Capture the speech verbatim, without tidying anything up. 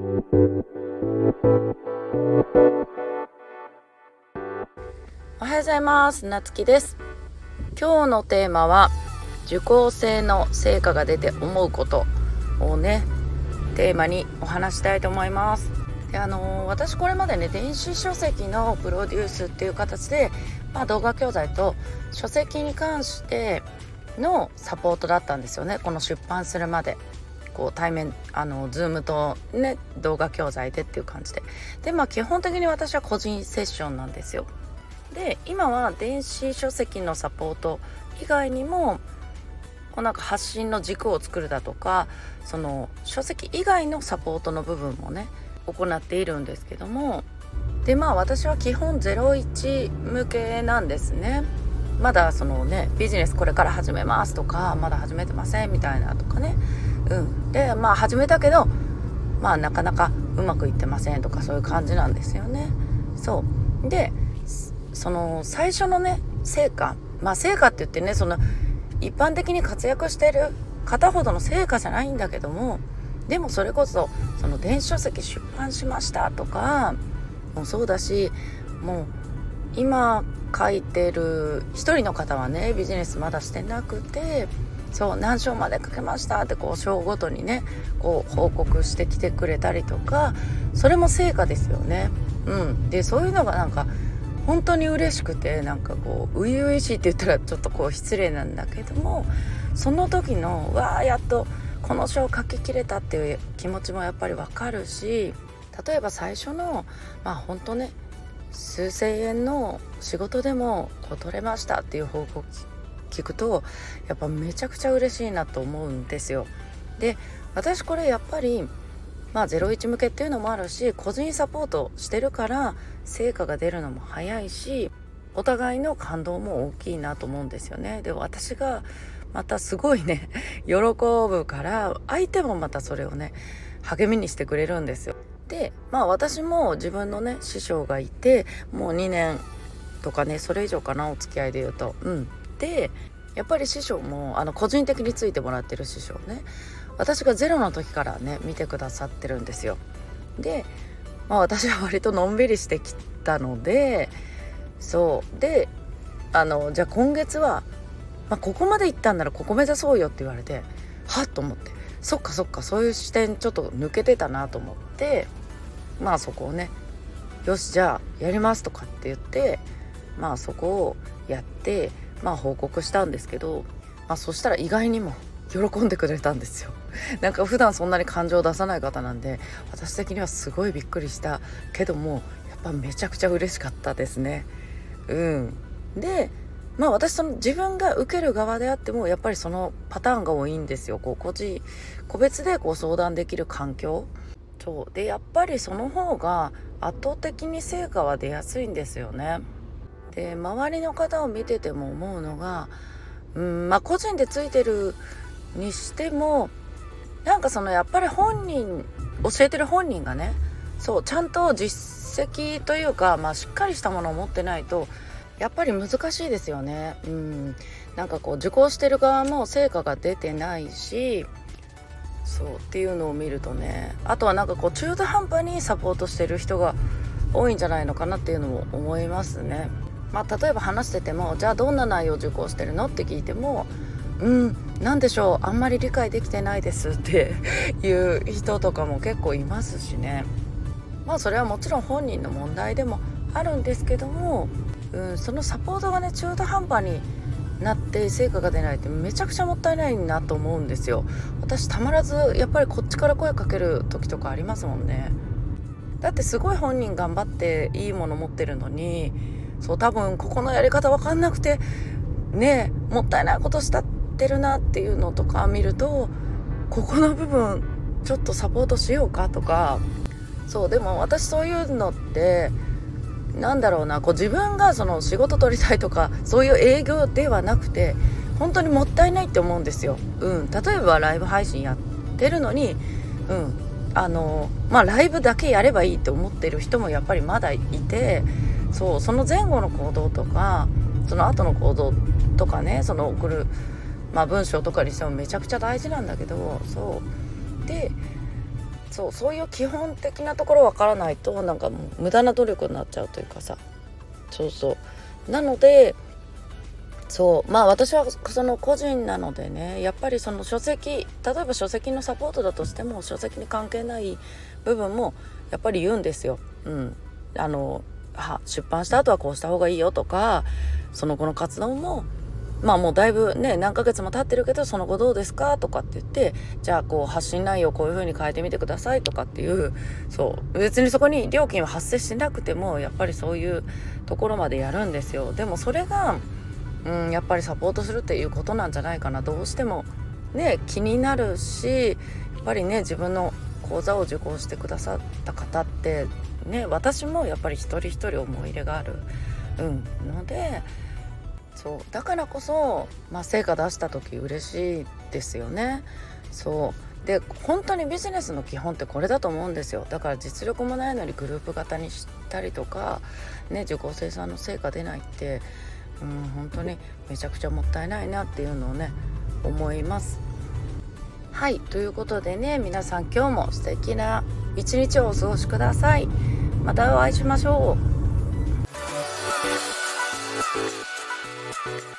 おはようございます。なつきです。今日のテーマは受講生の成果が出て思うことをねテーマにお話したいと思います。であのー、私これまでね電子書籍のプロデュースっていう形で、まあ、動画教材と書籍に関してのサポートだったんですよね。この出版するまでこう対面あの Zoom とね動画教材でっていう感じででまあ基本的に私は個人セッションなんですよ。で今は電子書籍のサポート以外にもこうなんか発信の軸を作るだとかその書籍以外のサポートの部分もね行っているんですけども、でまあ私は基本ゼロイチ向けなんですね。まだそのねビジネスこれから始めますとかまだ始めてませんみたいなとかね、うんでまあ始めたけどまあなかなかうまくいってませんとかそういう感じなんですよね。そうでその最初のね成果まあ成果って言ってねその一般的に活躍している方ほどの成果じゃないんだけども、でもそれこそその電子書籍出版しましたとかもそうだし、もう今書いてる一人の方はねビジネスまだしてなくてそう何章まで書けましたってこう章ごとにねこう報告してきてくれたりとか、それも成果ですよね。うんでそういうのがなんか本当に嬉しくて、なんかこう初々しいって言ったらちょっとこう失礼なんだけども、その時のわーやっとこの章書ききれたっていう気持ちもやっぱりわかるし、例えば最初のまあ本当ね数千円の仕事でもこう取れましたっていう報告聞くとやっぱめちゃくちゃ嬉しいなと思うんですよ。で私これやっぱりまあゼロイチ向けっていうのもあるし個人サポートしてるから成果が出るのも早いしお互いの感動も大きいなと思うんですよね。で私がまたすごいね喜ぶから相手もまたそれをね励みにしてくれるんですよ。でまあ私も自分のね師匠がいてもうにねんとかねそれ以上かなお付き合いで言うとうんでやっぱり師匠もあの個人的についてもらってる師匠ね私がゼロの時からね見てくださってるんですよ。で、まあ、私は割とのんびりしてきたのでそうであのじゃあ今月は、まあ、ここまで行ったんならここ目指そうよって言われてはっと思ってそっかそっかそういう視点ちょっと抜けてたなと思ってまあそこをねよしじゃあやりますとかって言ってまあそこをやってまあ報告したんですけど、まあ、そしたら意外にも喜んでくれたんですよ。なんか普段そんなに感情を出さない方なんで私的にはすごいびっくりしたけどもやっぱめちゃくちゃ嬉しかったですね。うんでまあ私その自分が受ける側であってもやっぱりそのパターンが多いんですよ。こう個人個別でこう相談できる環境そうでやっぱりその方が圧倒的に成果は出やすいんですよね。で周りの方を見てても思うのがうんまあ個人でついてるにしてもなんかそのやっぱり本人教えてる本人がねそうちゃんと実績というか、まあ、しっかりしたものを持ってないとやっぱり難しいですよね。うんなんかこう受講してる側も成果が出てないしそうっていうのを見るとねあとはなんかこう中途半端にサポートしてる人が多いんじゃないのかなっていうのも思いますね。まあ例えば話しててもじゃあどんな内容を受講してるのって聞いてもうんなんでしょうあんまり理解できてないですっていう人とかも結構いますしね。まあそれはもちろん本人の問題でもあるんですけども、うん、そのサポートがね中途半端になって成果が出ないってめちゃくちゃもったいないなと思うんですよ。私たまらずやっぱりこっちから声かける時とかありますもんね。だってすごい本人頑張っていいもの持ってるのにそう多分ここのやり方分かんなくてねもったいないことしたってるなっていうのとか見るとここの部分ちょっとサポートしようかとかそうでも私そういうのってなんだろうなこう自分がその仕事取りたいとかそういう営業ではなくて本当にもったいないって思うんですよ。うん、例えばライブ配信やってるのに、うん、あのまあライブだけやればいいって思ってる人もやっぱりまだいてそうその前後の行動とかその後の行動とかねその送るまあ文章とかにしてもめちゃくちゃ大事なんだけどそうでそうそういう基本的なところわからないとなんかもう無駄な努力になっちゃうというかさ、そうそうなので、そうまあ私はその個人なのでね、やっぱりその書籍、例えば書籍のサポートだとしても書籍に関係ない部分もやっぱり言うんですよ。うん、あのは出版した後はこうした方がいいよとか、その後の活動もまあもうだいぶね何ヶ月も経ってるけどその後どうですかとかって言って、じゃあこう発信内容こういう風に変えてみてくださいとかっていう、そう別にそこに料金は発生してなくてもやっぱりそういうところまでやるんですよ。でもそれがうんやっぱりサポートするっていうことなんじゃないかな。どうしてもね気になるし、やっぱりね自分の講座を受講してくださった方ってね、私もやっぱり一人一人思い入れがある、うん、ので、そうだからこそ、まあ、成果出した時嬉しいですよね。そうで本当にビジネスの基本ってこれだと思うんですよ。だから実力もないのにグループ型にしたりとかね、受講生さんの成果出ないって、うん、本当にめちゃくちゃもったいないなっていうのをね思います。はい、ということでね、皆さん今日も素敵な一日をお過ごしください。またお会いしましょう。